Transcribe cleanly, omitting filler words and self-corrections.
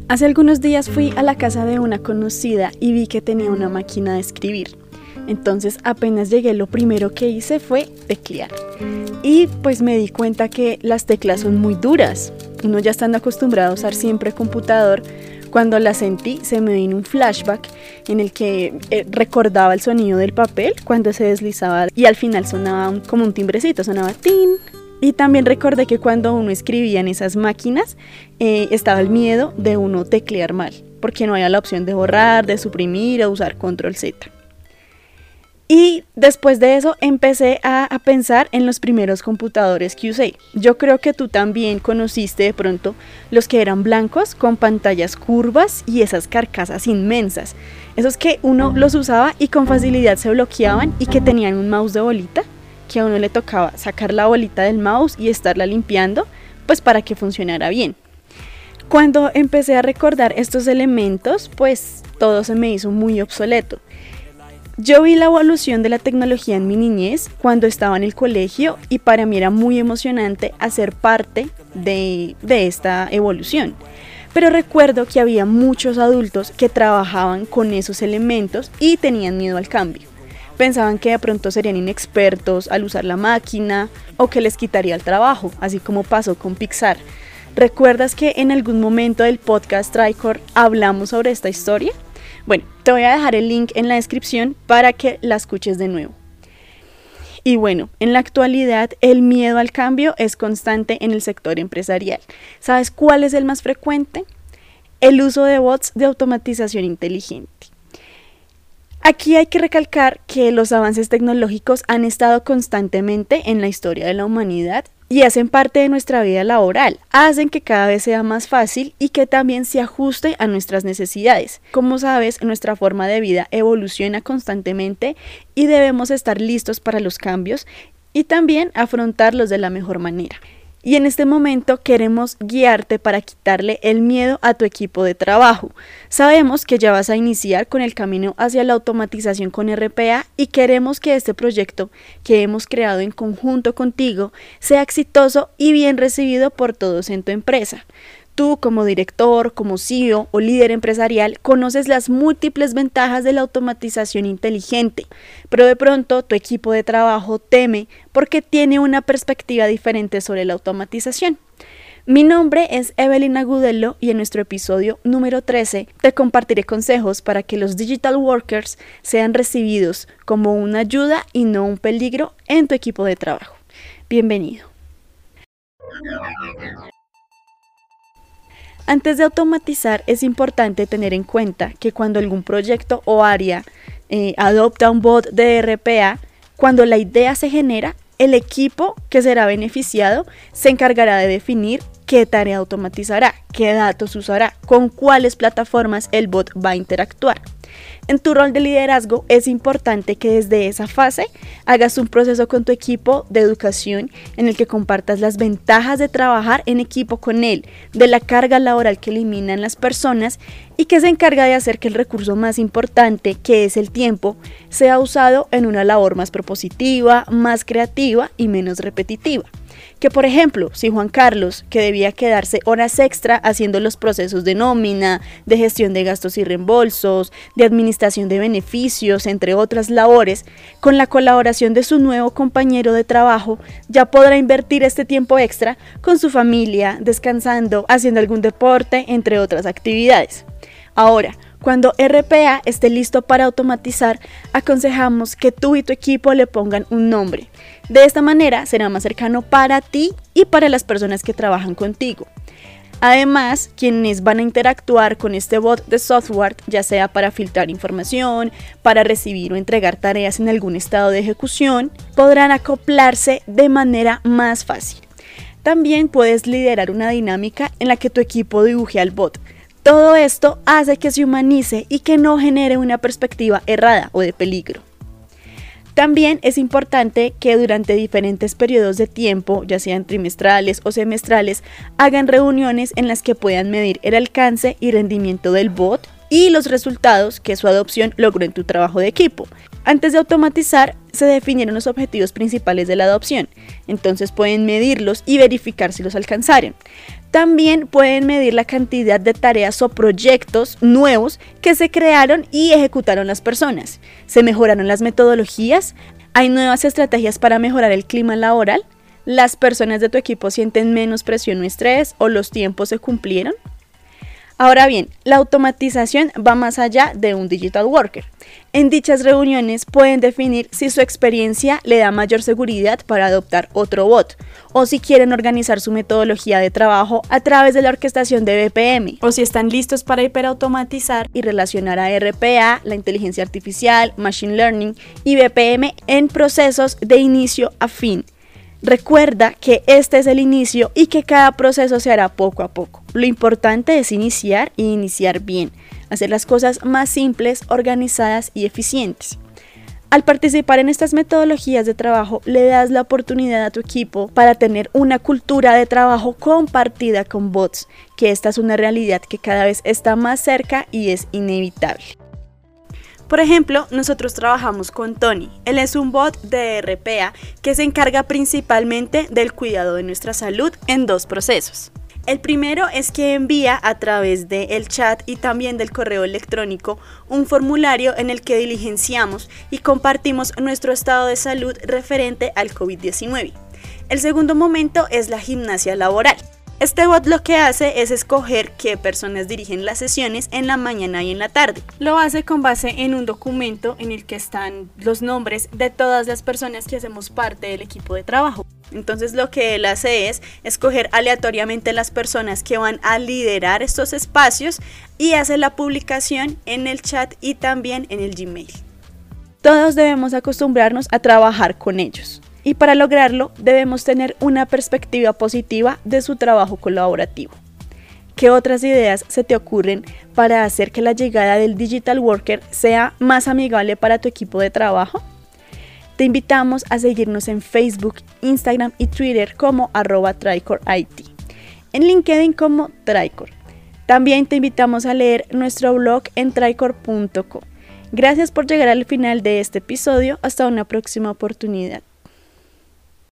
Hace algunos días fui a la casa de una conocida y vi que tenía una máquina de escribir. Entonces apenas llegué, lo primero que hice fue teclear. Y pues me di cuenta que las teclas son muy duras. Uno ya estando acostumbrado a usar siempre computador, cuando la sentí se me vino un flashback en el que recordaba el sonido del papel cuando se deslizaba y al final sonaba como un timbrecito, sonaba tin. Y también recordé que cuando uno escribía en esas máquinas estaba el miedo de uno teclear mal, porque no había la opción de borrar, de suprimir o usar control Z. Y después de eso empecé a pensar en los primeros computadores que usé. Yo creo que tú también conociste de pronto los que eran blancos con pantallas curvas y esas carcasas inmensas. Esos que uno los usaba y con facilidad se bloqueaban y que tenían un mouse de bolita, que a uno le tocaba sacar la bolita del mouse y estarla limpiando, pues para que funcionara bien. Cuando empecé a recordar estos elementos, pues todo se me hizo muy obsoleto. Yo vi la evolución de la tecnología en mi niñez cuando estaba en el colegio y para mí era muy emocionante hacer parte de esta evolución. Pero recuerdo que había muchos adultos que trabajaban con esos elementos y tenían miedo al cambio. Pensaban que de pronto serían inexpertos al usar la máquina o que les quitaría el trabajo, así como pasó con Pixar. ¿Recuerdas que en algún momento del podcast Tricore hablamos sobre esta historia? Bueno, te voy a dejar el link en la descripción para que la escuches de nuevo. Y bueno, en la actualidad el miedo al cambio es constante en el sector empresarial. ¿Sabes cuál es el más frecuente? El uso de bots de automatización inteligente. Aquí hay que recalcar que los avances tecnológicos han estado constantemente en la historia de la humanidad y hacen parte de nuestra vida laboral, hacen que cada vez sea más fácil y que también se ajuste a nuestras necesidades. Como sabes, nuestra forma de vida evoluciona constantemente y debemos estar listos para los cambios y también afrontarlos de la mejor manera. Y en este momento queremos guiarte para quitarle el miedo a tu equipo de trabajo. Sabemos que ya vas a iniciar con el camino hacia la automatización con RPA y queremos que este proyecto que hemos creado en conjunto contigo sea exitoso y bien recibido por todos en tu empresa. Tú como director, como CEO o líder empresarial conoces las múltiples ventajas de la automatización inteligente, pero de pronto tu equipo de trabajo teme porque tiene una perspectiva diferente sobre la automatización. Mi nombre es Evelyn Agudelo y en nuestro episodio número 13 te compartiré consejos para que los digital workers sean recibidos como una ayuda y no un peligro en tu equipo de trabajo. Bienvenido. Antes de automatizar es importante tener en cuenta que cuando algún proyecto o área adopta un bot de RPA, cuando la idea se genera, el equipo que será beneficiado se encargará de definir qué tarea automatizará, qué datos usará, con cuáles plataformas el bot va a interactuar. En tu rol de liderazgo es importante que desde esa fase hagas un proceso con tu equipo de educación en el que compartas las ventajas de trabajar en equipo con él, de la carga laboral que eliminan las personas y que se encarga de hacer que el recurso más importante, que es el tiempo, sea usado en una labor más propositiva, más creativa y menos repetitiva. Que por ejemplo, si Juan Carlos, que debía quedarse horas extra haciendo los procesos de nómina, de gestión de gastos y reembolsos, de administración de beneficios, entre otras labores, con la colaboración de su nuevo compañero de trabajo, ya podrá invertir este tiempo extra con su familia, descansando, haciendo algún deporte, entre otras actividades. Ahora, cuando RPA esté listo para automatizar, aconsejamos que tú y tu equipo le pongan un nombre. De esta manera será más cercano para ti y para las personas que trabajan contigo. Además, quienes van a interactuar con este bot de software, ya sea para filtrar información, para recibir o entregar tareas en algún estado de ejecución, podrán acoplarse de manera más fácil. También puedes liderar una dinámica en la que tu equipo dibuje al bot. Todo esto hace que se humanice y que no genere una perspectiva errada o de peligro. También es importante que durante diferentes periodos de tiempo, ya sean trimestrales o semestrales, hagan reuniones en las que puedan medir el alcance y rendimiento del bot y los resultados que su adopción logró en tu trabajo de equipo. Antes de automatizar, se definieron los objetivos principales de la adopción, entonces pueden medirlos y verificar si los alcanzaron. También pueden medir la cantidad de tareas o proyectos nuevos que se crearon y ejecutaron las personas. ¿Se mejoraron las metodologías? ¿Hay nuevas estrategias para mejorar el clima laboral? ¿Las personas de tu equipo sienten menos presión o estrés o los tiempos se cumplieron? Ahora bien, la automatización va más allá de un digital worker. En dichas reuniones pueden definir si su experiencia le da mayor seguridad para adoptar otro bot, o si quieren organizar su metodología de trabajo a través de la orquestación de BPM, o si están listos para hiperautomatizar y relacionar a RPA, la inteligencia artificial, machine learning y BPM en procesos de inicio a fin. Recuerda que este es el inicio y que cada proceso se hará poco a poco. Lo importante es iniciar y iniciar bien, hacer las cosas más simples, organizadas y eficientes. Al participar en estas metodologías de trabajo, le das la oportunidad a tu equipo para tener una cultura de trabajo compartida con bots, que esta es una realidad que cada vez está más cerca y es inevitable. Por ejemplo, nosotros trabajamos con Tony. Él es un bot de RPA que se encarga principalmente del cuidado de nuestra salud en dos procesos. El primero es que envía a través del chat y también del correo electrónico un formulario en el que diligenciamos y compartimos nuestro estado de salud referente al COVID-19. El segundo momento es la gimnasia laboral. Este bot lo que hace es escoger qué personas dirigen las sesiones en la mañana y en la tarde. Lo hace con base en un documento en el que están los nombres de todas las personas que hacemos parte del equipo de trabajo. Entonces lo que él hace es escoger aleatoriamente las personas que van a liderar estos espacios y hace la publicación en el chat y también en el Gmail. Todos debemos acostumbrarnos a trabajar con ellos. Y para lograrlo debemos tener una perspectiva positiva de su trabajo colaborativo. ¿Qué otras ideas se te ocurren para hacer que la llegada del Digital Worker sea más amigable para tu equipo de trabajo? Te invitamos a seguirnos en Facebook, Instagram y Twitter como @TricorIT, en LinkedIn como Tricor. También te invitamos a leer nuestro blog en tricor.co. Gracias por llegar al final de este episodio. Hasta una próxima oportunidad.